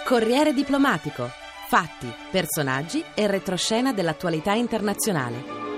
Corriere diplomatico. Fatti, personaggi e retroscena dell'attualità internazionale.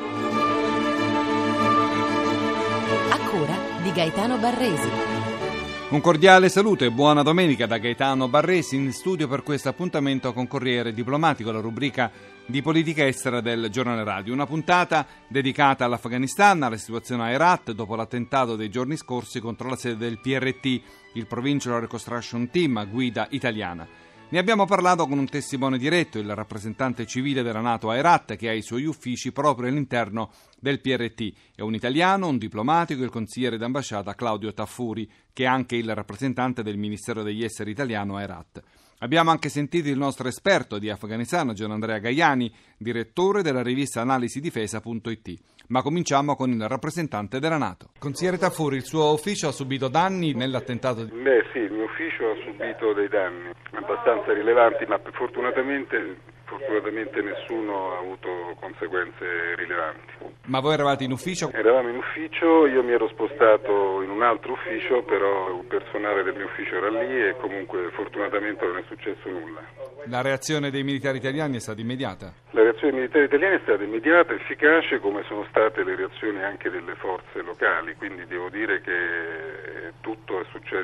A cura di Gaetano Barresi. Un cordiale saluto e buona domenica da Gaetano Barresi in studio per questo appuntamento con Corriere Diplomatico, la rubrica di politica estera del Giornale Radio. Una puntata dedicata all'Afghanistan, alla situazione a Herat dopo l'attentato dei giorni scorsi contro la sede del PRT, il Provincial Reconstruction Team a guida italiana. Ne abbiamo parlato con un testimone diretto, il rappresentante civile della NATO a Herat, che ha i suoi uffici proprio all'interno del PRT. È un italiano, un diplomatico, il consigliere d'ambasciata Claudio Taffuri, che è anche il rappresentante del Ministero degli Esteri italiano a Herat. Abbiamo anche sentito il nostro esperto di Afghanistan, Gian Andrea Gaiani, direttore della rivista analisidifesa.it. Ma cominciamo con il rappresentante della NATO. Consigliere Taffuri, il suo ufficio ha subito danni nell'attentato? Sì, il mio ufficio ha subito dei danni abbastanza rilevanti, ma fortunatamente nessuno ha avuto conseguenze rilevanti. Ma voi eravate in ufficio? Eravamo in ufficio, io mi ero spostato in un altro ufficio, però il personale del mio ufficio era lì e comunque fortunatamente non è successo nulla. La reazione dei militari italiani è stata immediata? La reazione dei militari italiani è stata immediata, efficace, come sono state le reazioni anche delle forze locali, quindi devo dire che tutto è successo,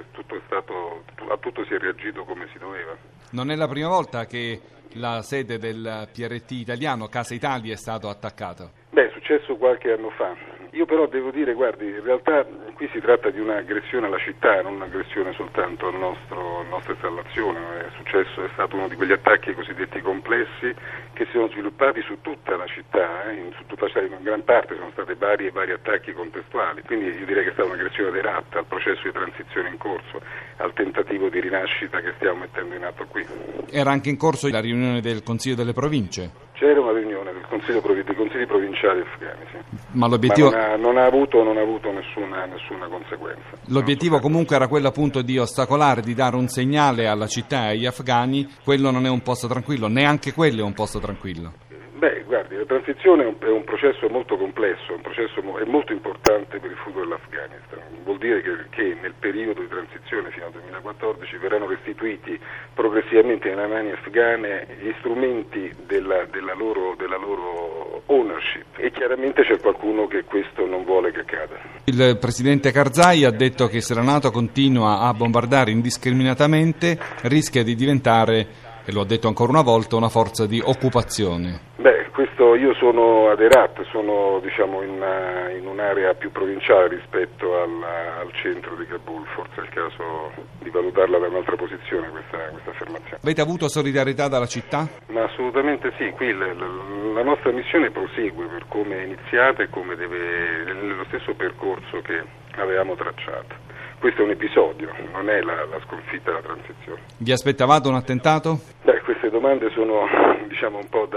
a tutto si è reagito come si doveva. Non è la prima volta che la sede del PRT italiano, Casa Italia, è stato attaccato? È successo qualche anno fa. Io però devo dire, guardi, in realtà qui si tratta di un'aggressione alla città, non un'aggressione soltanto alla nostra installazione. È stato uno di quegli attacchi cosiddetti complessi che si sono sviluppati su tutta la città, in gran parte sono stati vari attacchi contestuali. Quindi io direi che è stata un'aggressione ad Herat, al processo di transizione in corso, al tentativo di rinascita che stiamo mettendo in atto qui. Era anche in corso la riunione del Consiglio delle Province? C'era una riunione dei consigli provinciali afghani, sì. Ma l'obiettivo non ha avuto nessuna conseguenza. L'obiettivo comunque era quello appunto di ostacolare, di dare un segnale alla città e agli afghani. Quello non è un posto tranquillo, neanche quello è un posto tranquillo. Guardi, la transizione è un processo molto complesso, è molto importante per il futuro dell'Afghanistan. Vuol dire che nel periodo di transizione fino al 2014 verranno restituiti progressivamente nelle mani afghane gli strumenti della loro ownership, e chiaramente c'è qualcuno che questo non vuole che accada. Il presidente Karzai ha detto che se la NATO continua a bombardare indiscriminatamente rischia di diventare, e lo ha detto ancora una volta, una forza di occupazione. Io sono ad Herat, sono in un'area più provinciale rispetto al centro di Kabul, forse è il caso di valutarla da un'altra posizione questa affermazione. Avete avuto solidarietà dalla città? Ma assolutamente sì, qui la nostra missione prosegue per come è iniziata e come nello stesso percorso che avevamo tracciato. Questo è un episodio, non è la sconfitta della transizione. Vi aspettavate un attentato? Queste domande sono un po'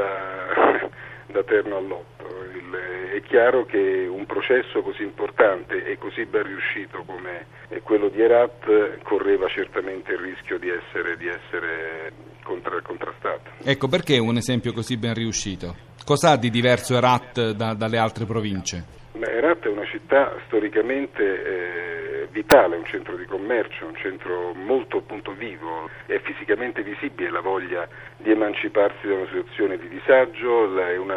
da terno all'otto. È chiaro che un processo così importante e così ben riuscito come quello di Herat correva certamente il rischio di essere contrastato. Ecco, perché un esempio così ben riuscito? Cos'ha di diverso Herat dalle altre province? Herat è una città storicamente vitale, un centro di commercio, un centro molto appunto vivo, è fisicamente visibile la voglia di emanciparsi da una situazione di disagio,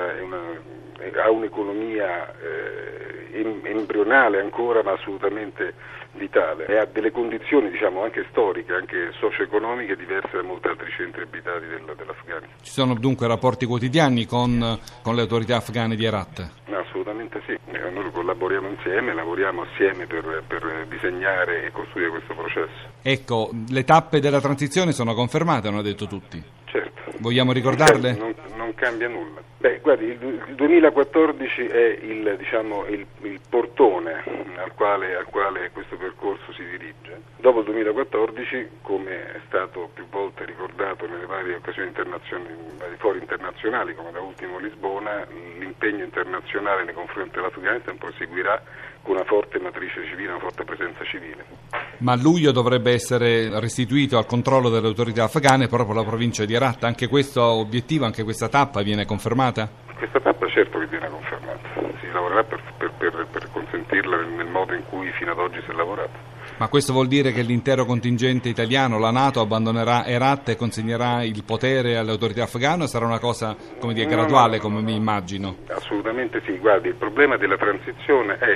ha un'economia embrionale ancora, ma assolutamente vitale, e ha delle condizioni anche storiche, anche socio-economiche diverse da molti altri centri abitati dell'Afghanistan. Ci sono dunque rapporti quotidiani con le autorità afghane di Herat? Assolutamente sì, noi collaboriamo insieme, lavoriamo assieme per disegnare e costruire questo processo. Ecco, le tappe della transizione sono confermate, hanno detto tutti. Certo. Vogliamo ricordarle? Non cambia nulla. Guardi, il 2014 è il portone al quale questo percorso si dirige. Dopo il 2014, come è stato più volte ricordato nelle varie occasioni internazionali, vari fori internazionali, come da ultimo Lisbona, l'impegno internazionale nei confronti dell'Afghanistan proseguirà con una forte matrice civile, una forte presenza civile. Ma a luglio dovrebbe essere restituito al controllo delle autorità afghane proprio la provincia di Herat. Anche questo obiettivo, anche questa tappa viene confermata? Questa tappa certo che viene confermata. Si lavorerà per consentirla nel modo modo in cui fino ad oggi si è lavorato. Ma questo vuol dire che l'intero contingente italiano, la NATO, abbandonerà Herat e consegnerà il potere alle autorità afghane, o sarà una cosa, come dire, graduale, come mi immagino? Assolutamente sì. Guardi, il problema della transizione è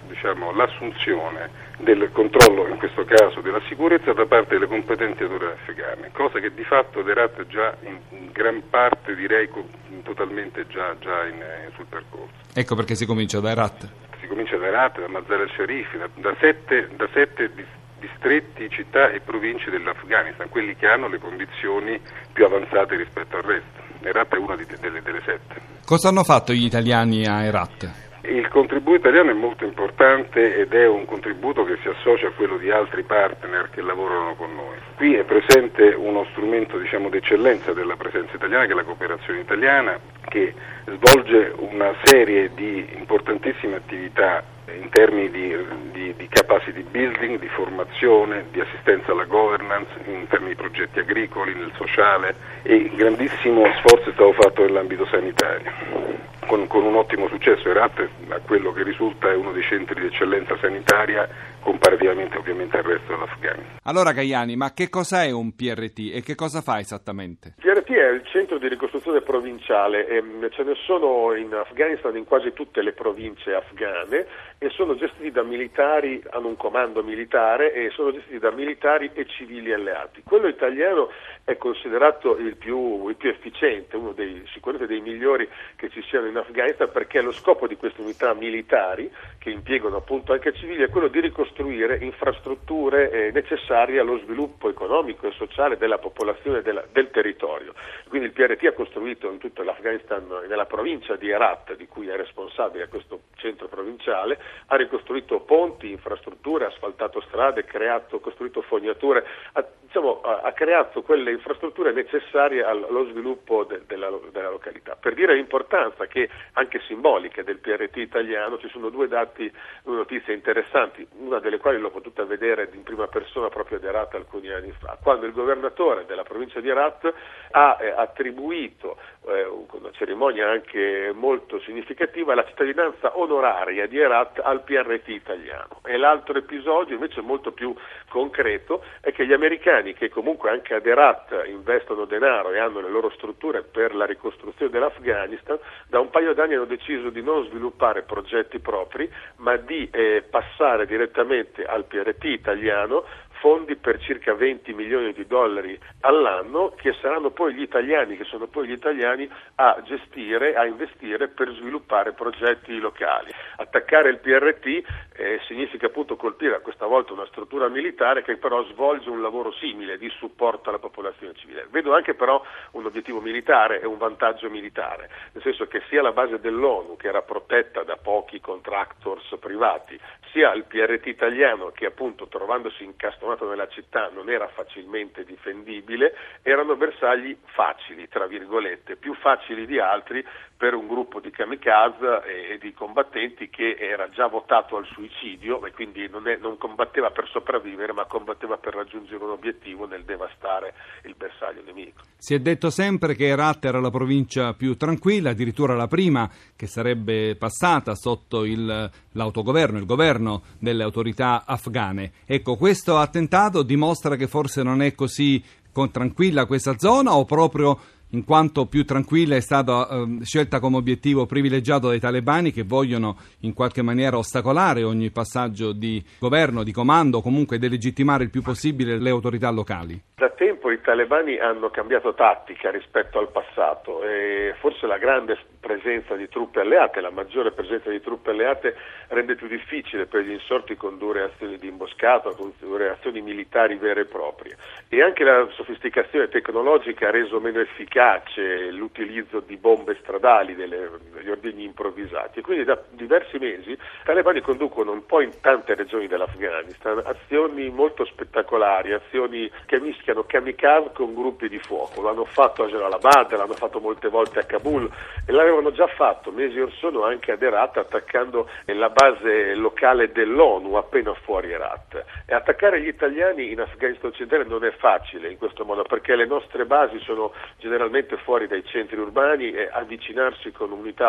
l'assunzione del controllo, in questo caso della sicurezza, da parte delle competenti autorità afghane, cosa che di fatto Herat già in gran parte, direi totalmente già sul percorso. Ecco perché si comincia da Herat. Si comincia da Herat, da Mazar al-Sharif, da sette distretti, città e province dell'Afghanistan, quelli che hanno le condizioni più avanzate rispetto al resto. Herat è una delle 7. Cosa hanno fatto gli italiani a Herat? Il contributo italiano è molto importante ed è un contributo che si associa a quello di altri partner che lavorano con noi. Qui è presente uno strumento, d'eccellenza della presenza italiana, che è la cooperazione italiana, che svolge una serie di importantissime attività in termini di capacity building, di formazione, di assistenza alla governance, in termini di progetti agricoli, nel sociale, e grandissimo sforzo è stato fatto nell'ambito sanitario. Con un ottimo successo. Herat, a quello che risulta, è uno dei centri di eccellenza sanitaria comparativamente ovviamente al resto dell'Afghanistan. Allora Caiani, ma che cos'è un PRT e che cosa fa esattamente? Il PRT è il centro di ricostruzione provinciale, ce ne sono in Afghanistan in quasi tutte le province afghane e sono gestiti da militari, hanno un comando militare e sono gestiti da militari e civili alleati. Quello italiano è considerato il più efficiente, sicuramente dei migliori che ci siano in Afghanistan, perché lo scopo di queste unità militari, che impiegano appunto anche civili, è quello di ricostruire infrastrutture necessarie allo sviluppo economico e sociale della popolazione del territorio. Quindi il PRT ha costruito in tutto l'Afghanistan, nella provincia di Herat, di cui è responsabile questo centro provinciale, ha ricostruito ponti, infrastrutture, asfaltato strade, costruito fognature, ha creato quelle infrastrutture necessarie allo sviluppo della località. Per dire l'importanza, che anche simbolica, del PRT italiano, ci sono due notizie interessanti, una delle quali l'ho potuta vedere in prima persona proprio ad Herat alcuni anni fa, quando il governatore della provincia di Herat ha attribuito con una cerimonia anche molto significativa la cittadinanza onoraria di Herat al PRT italiano. E l'altro episodio invece molto più concreto è che gli americani, che comunque anche ad Herat investono denaro e hanno le loro strutture per la ricostruzione dell'Afghanistan, da un paio d'anni hanno deciso di non sviluppare progetti propri, ma di passare direttamente al PRT italiano fondi per circa 20 milioni di dollari all'anno, che saranno poi gli italiani, a gestire, a investire per sviluppare progetti locali. Attaccare il PRT significa appunto colpire questa volta una struttura militare che però svolge un lavoro simile di supporto alla popolazione civile. Vedo anche però un obiettivo militare e un vantaggio militare, nel senso che sia la base dell'ONU, che era protetta da pochi contractors privati, sia il PRT italiano, che appunto trovandosi incastonato nella città non era facilmente difendibile, erano bersagli facili, tra virgolette, più facili di altri per un gruppo di kamikaze e di combattenti che era già votato al suicidio e quindi non combatteva per sopravvivere, ma combatteva per raggiungere un obiettivo nel devastare il bersaglio nemico. Si è detto sempre che Herat era la provincia più tranquilla, addirittura la prima che sarebbe passata sotto l'autogoverno, il governo delle autorità afghane. Ecco, questo attentato dimostra che forse non è così tranquilla questa zona, o proprio in quanto più tranquilla è stata scelta come obiettivo privilegiato dai talebani, che vogliono in qualche maniera ostacolare ogni passaggio di governo, di comando, o comunque delegittimare il più possibile le autorità locali? Da tempo i talebani hanno cambiato tattica rispetto al passato e forse la grande presenza di truppe alleate, la maggiore presenza di truppe alleate rende più difficile per gli insorti condurre azioni di imboscata, condurre azioni militari vere e proprie, e anche la sofisticazione tecnologica ha reso meno efficace l'utilizzo di bombe stradali, degli ordigni improvvisati, e quindi da diversi mesi i talebani conducono un po' in tante regioni dell'Afghanistan azioni molto spettacolari, azioni che mischiano kamikaze con gruppi di fuoco. L'hanno fatto a Jalalabad, l'hanno fatto molte volte a Kabul e l'avevano già fatto mesi or sono anche ad Herat, attaccando la base locale dell'ONU appena fuori Herat. E attaccare gli italiani in Afghanistan occidentale non è facile in questo modo, perché le nostre basi sono generalmente fuori dai centri urbani e avvicinarsi con unità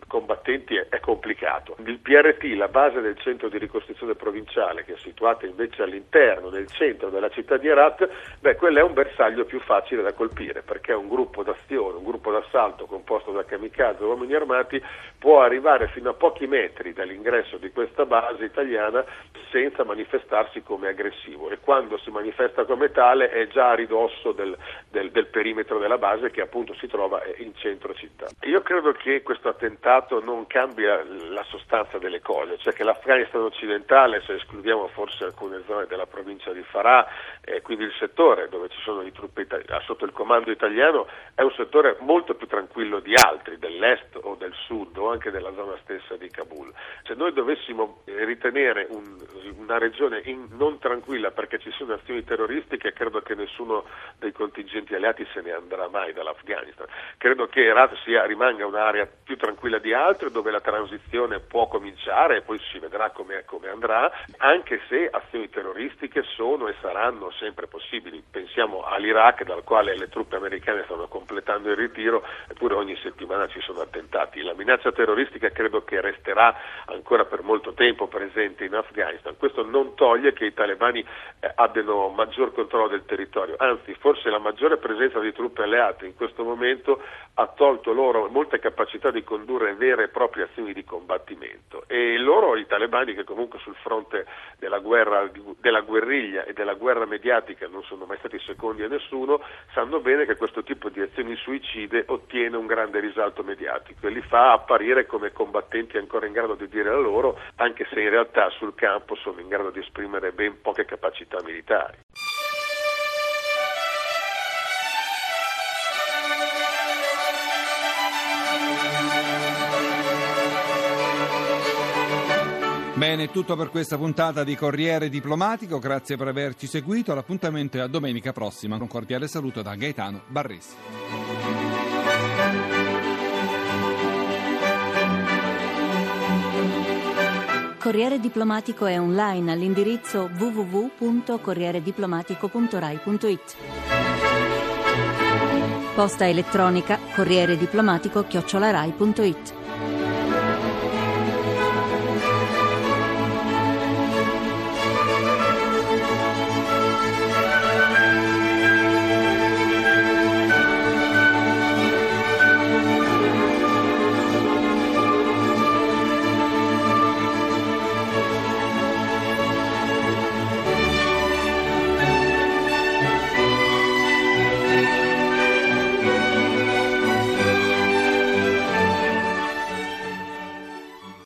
combattenti è complicato. Il PRT, la base del centro di ricostruzione provinciale, che è situata invece all'interno, nel centro della città di Herat, quello è un bersaglio più facile da colpire, perché un gruppo d'azione, un gruppo d'assalto composto da kamikaze, uomini armati, può arrivare fino a pochi metri dall'ingresso di questa base italiana senza manifestarsi come aggressivo, e quando si manifesta come tale è già a ridosso del perimetro della base, che appunto si trova in centro città. Io credo che questo attentato non cambia la sostanza delle cose, cioè che l'Afghanistan occidentale, se escludiamo forse alcune zone della provincia di Farah, quindi il settore dove ci sono le truppe sotto il comando italiano, è un settore molto più tranquillo di altri, dell'est o del sud o anche della zona stessa di Kabul. Se noi dovessimo ritenere una regione non tranquilla perché ci sono azioni terroristiche, credo che nessuno dei contingenti alleati se ne andrà mai dall'Afghanistan. Credo che Herat rimanga un'area più tranquilla di altre, dove la transizione può cominciare e poi si vedrà come andrà, anche se azioni terroristiche sono e saranno sempre possibili. Pensiamo all'Iraq, dal quale le truppe americane stanno completando il ritiro, eppure ogni settimana ci sono attentati. La minaccia terroristica credo che resterà ancora per molto tempo presente in Afghanistan. Questo non toglie che i talebani abbiano maggior controllo del territorio, anzi forse la maggiore presenza di truppe alleate in questo momento ha tolto loro molte capacità di condurre vere e proprie azioni di combattimento, e i talebani, che comunque sul fronte della guerriglia e della guerra mediatica non sono mai stati secondi a nessuno, sanno bene che questo tipo di azioni suicide ottiene un grande risalto mediatico e li fa apparire come combattenti ancora in grado di dire la loro, anche se in realtà sul campo sono in grado di esprimere ben poche capacità militari. Bene, tutto per questa puntata di Corriere Diplomatico, grazie per averci seguito, l'appuntamento è a domenica prossima. Un cordiale saluto da Gaetano Barresi. Corriere Diplomatico è online all'indirizzo www.corrierediplomatico.rai.it. Posta elettronica corrierediplomatico@rai.it.